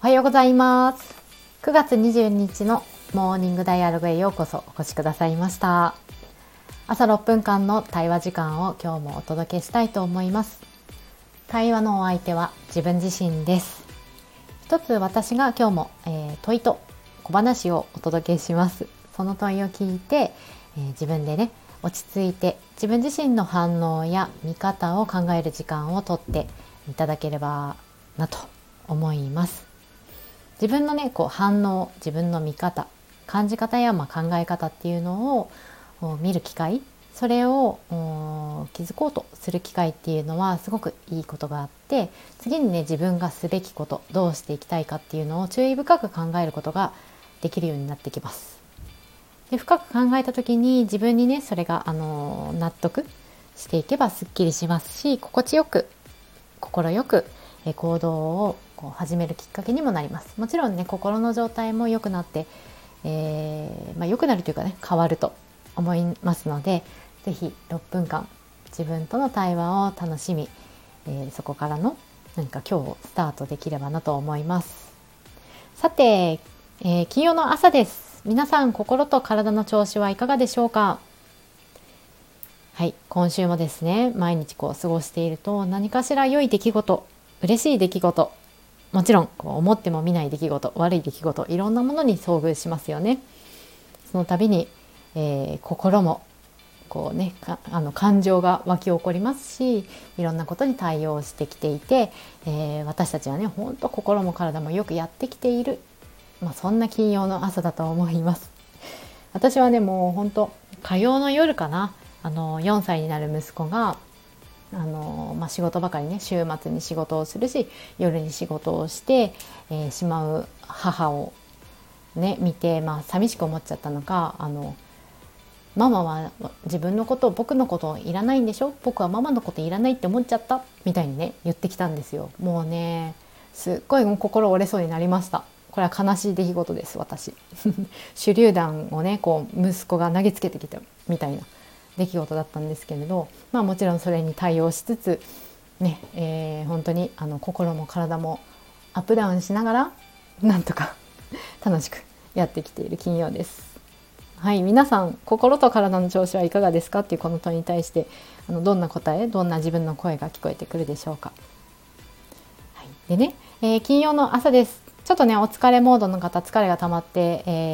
おはようございます。9月22日のモーニングダイアログへようこそお越しくださいました。朝6分間の対話時間を今日もお届けしたいと思います。対話のお相手は自分自身です。一つ私が今日も、問いと小話をお届けします。その問いを聞いて、自分でね落ち着いて自分自身の反応や見方を考える時間をとっていただければなと思います。自分のね反応、自分の見方、感じ方や考え方っていうのを見る機会、それを気づこうとする機会っていうのはすごくいいことがあって、次にね自分がすべきこと、どうしていきたいかっていうのを注意深く考えることができるようになってきます。で、深く考えた時に自分にねそれが納得していけばすっきりしますし、心地よく心よく行動を始めるきっかけにもなります。もちろんね心の状態も良くなって、良くなるというかね変わると思いますので、ぜひ6分間自分との対話を楽しみ、そこからの何か今日をスタートできればなと思います。さて、金曜の朝です。皆さん心と体の調子はいかがでしょうか。はい、今週もですね毎日過ごしていると何かしら良い出来事、嬉しい出来事、もちろん思っても見ない出来事、悪い出来事、いろんなものに遭遇しますよね。その度に、心も感情が湧き起こりますし、いろんなことに対応してきていて、私たちはね本当心も体もよくやってきている、そんな金曜の朝だと思います。私はねもう本当火曜の夜かな、4歳になる息子が仕事ばかりね、週末に仕事をするし夜に仕事をして、しまう母をね見て、寂しく思っちゃったのか、ママは自分のこと、僕のこといらないんでしょ、僕はママのこといらないって思っちゃったみたいにね言ってきたんですよ。もうねすっごい心折れそうになりました。これは悲しい出来事です。私手榴弾をね息子が投げつけてきたみたいな出来事だったんですけれど、もちろんそれに対応しつつね、本当に心も体もアップダウンしながらなんとか楽しくやってきている金曜です。はい、皆さん心と体の調子はいかがですかっていうこの問いに対してどんな答え、どんな自分の声が聞こえてくるでしょうか。はい、でね、金曜の朝です。ちょっとねお疲れモードの方、疲れが溜まって、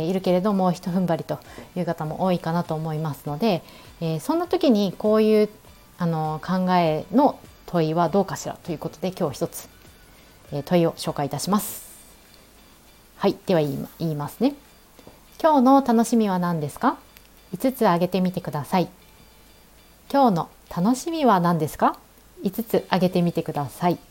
いるけれどもひと踏ん張りという方も多いかなと思いますので、そんな時にこういう考えの問いはどうかしらということで、今日一つ、問いを紹介いたします。はい、では言いますね。今日の楽しみは何ですか？5つ挙げてみてください。今日の楽しみは何ですか？5つ挙げてみてください。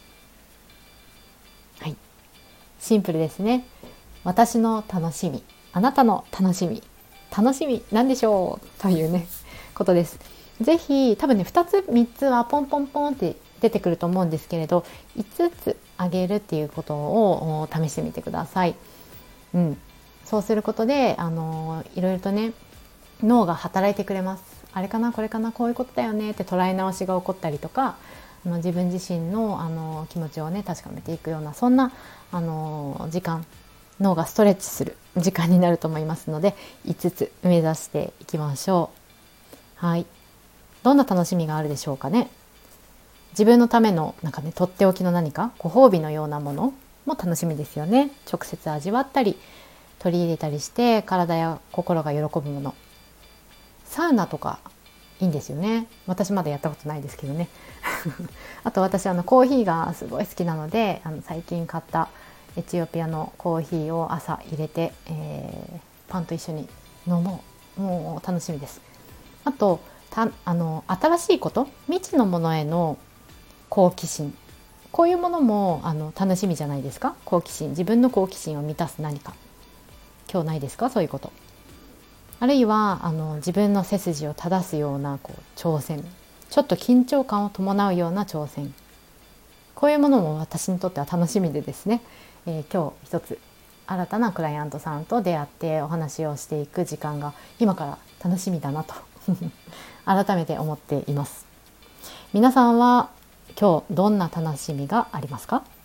はい、シンプルですね。私の楽しみ、あなたの楽しみ、楽しみなんでしょうというねことです。ぜひ多分ね2つ3つはポンポンポンって出てくると思うんですけれど、5つあげるっていうことを試してみてください。そうすることでいろいろとね脳が働いてくれます。あれかなこれかなこういうことだよねって捉え直しが起こったりとか、自分自身の気持ちをね確かめていくような、そんな時間、脳がストレッチする時間になると思いますので、5つ目指していきましょう。はい、どんな楽しみがあるでしょうかね。自分のためのとっておきの何かご褒美のようなものも楽しみですよね。直接味わったり取り入れたりして体や心が喜ぶもの、サウナとかいいんですよね。私まだやったことないですけどねあと私コーヒーがすごい好きなので、最近買ったエチオピアのコーヒーを朝入れて、パンと一緒に飲もう。もう楽しみです。あと新しいこと、未知のものへの好奇心、こういうものも楽しみじゃないですか。好奇心、自分の好奇心を満たす何か、今日ないですかそういうこと。あるいは自分の背筋を正すような挑戦、ちょっと緊張感を伴うような挑戦、こういうものも私にとっては楽しみでですね、今日一つ新たなクライアントさんと出会ってお話をしていく時間が今から楽しみだなと改めて思っています。皆さんは今日どんな楽しみがありますか？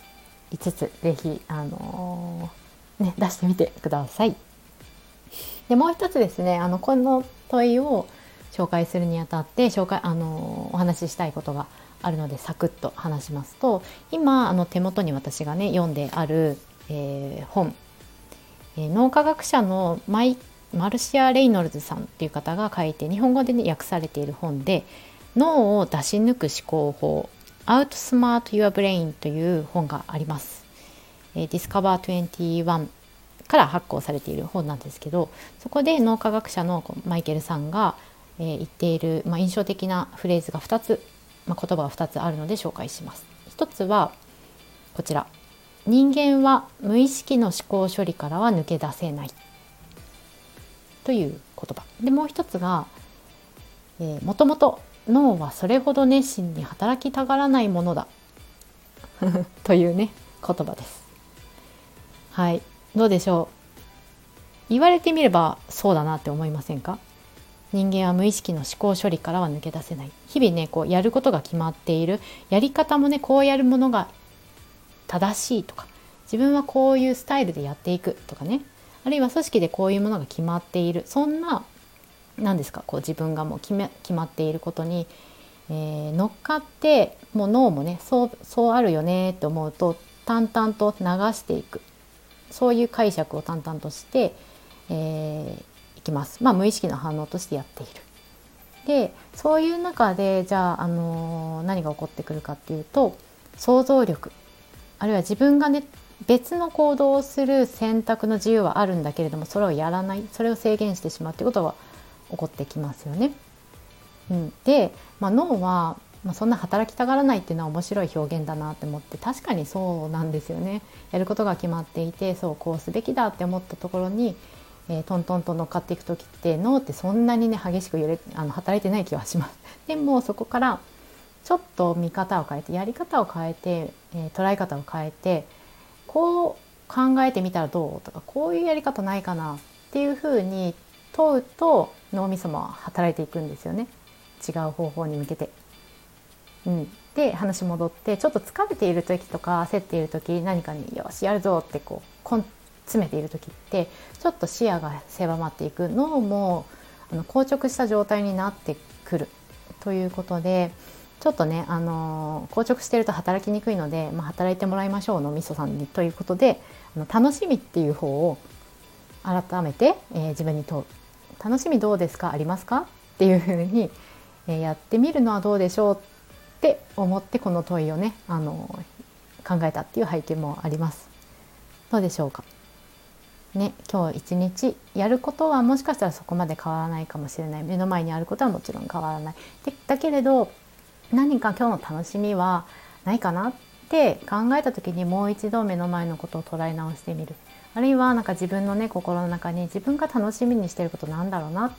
5つぜひ、出してみてください。でもう一つですね、この問いを紹介するにあたってお話ししたいことがあるのでサクッと話しますと、今手元に私がね読んである、本、脳科学者のマルシア・レイノルズさんっていう方が書いて日本語で、ね、訳されている本で、脳を出し抜く思考法 Outsmart Your Brain という本があります。Discover 21から発行されている本なんですけど、そこで脳科学者のマイケルさんが、言っている、印象的なフレーズが2つ、言葉が2つあるので紹介します。一つはこちら、人間は無意識の思考処理からは抜け出せないという言葉で、もう一つが、もともと脳はそれほど熱心に働きたがらないものだというね言葉です。はい、どうでしょう。言われてみればそうだなって思いませんか。人間は無意識の思考処理からは抜け出せない。日々ねやることが決まっている、やり方もねこうやるものが正しいとか、自分はこういうスタイルでやっていくとかね、あるいは組織でこういうものが決まっている、そんな何ですか、自分がもう決まっていることに、乗っかって、もう脳もねそうあるよねって思うと淡々と流していく、そういう解釈を淡々として、いきます。無意識の反応としてやっている。でそういう中でじゃあ、何が起こってくるかっていうと、想像力、あるいは自分がね別の行動をする選択の自由はあるんだけれども、それをやらない、それを制限してしまうということは起こってきますよね。で、脳は、そんな働きたがらないっていうのは面白い表現だなって思って、確かにそうなんですよね。やることが決まっていて、そうこうすべきだって思ったところに、トントンと乗っかっていく時って脳ってそんなにね激しく働いてない気はします。でもそこからちょっと見方を変えて、やり方を変えて、捉え方を変えて、こう考えてみたらどうとか、こういうやり方ないかなっていうふうに問うと脳みそも働いていくんですよね。違う方法に向けて。で話戻って、ちょっと疲れている時とか焦っている時、何かによしやるぞって詰めている時ってちょっと視野が狭まっていく、脳も硬直した状態になってくるということで、ちょっとね、硬直していると働きにくいので、働いてもらいましょう脳みそさんにということで、楽しみっていう方を改めて、自分に問う。楽しみどうですか、ありますかっていうふうに、やってみるのはどうでしょうって思って、この問いをね考えたっていう背景もあります。どうでしょうかね。今日一日やることはもしかしたらそこまで変わらないかもしれない、目の前にあることはもちろん変わらないだけれど、何か今日の楽しみはないかなって考えた時に、もう一度目の前のことを捉え直してみる。あるいは自分のね心の中に自分が楽しみにしていることなんだろうなって、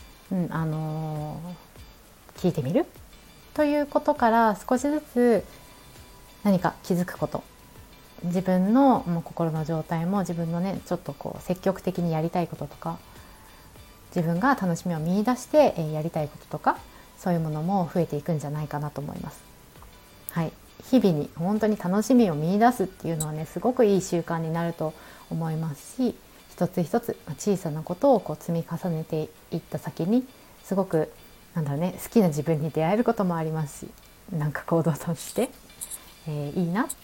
聞いてみるということから少しずつ何か気づくこと、自分のもう心の状態も、自分のねちょっと積極的にやりたいこととか、自分が楽しみを見出してやりたいこととか、そういうものも増えていくんじゃないかなと思います。はい、日々に本当に楽しみを見出すっていうのはねすごくいい習慣になると思いますし、一つ一つ小さなことを積み重ねていった先に、すごく好きな自分に出会えることもありますし、行動として、いいなって、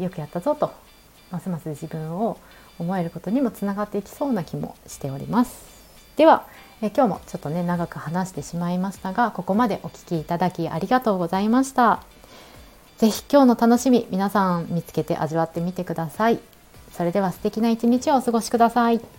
よくやったぞとますます自分を思えることにもつながっていきそうな気もしております。では、今日もちょっとね長く話してしまいましたが、ここまでお聞きいただきありがとうございました。ぜひ今日の楽しみ、皆さん見つけて味わってみてください。それでは素敵な一日をお過ごしください。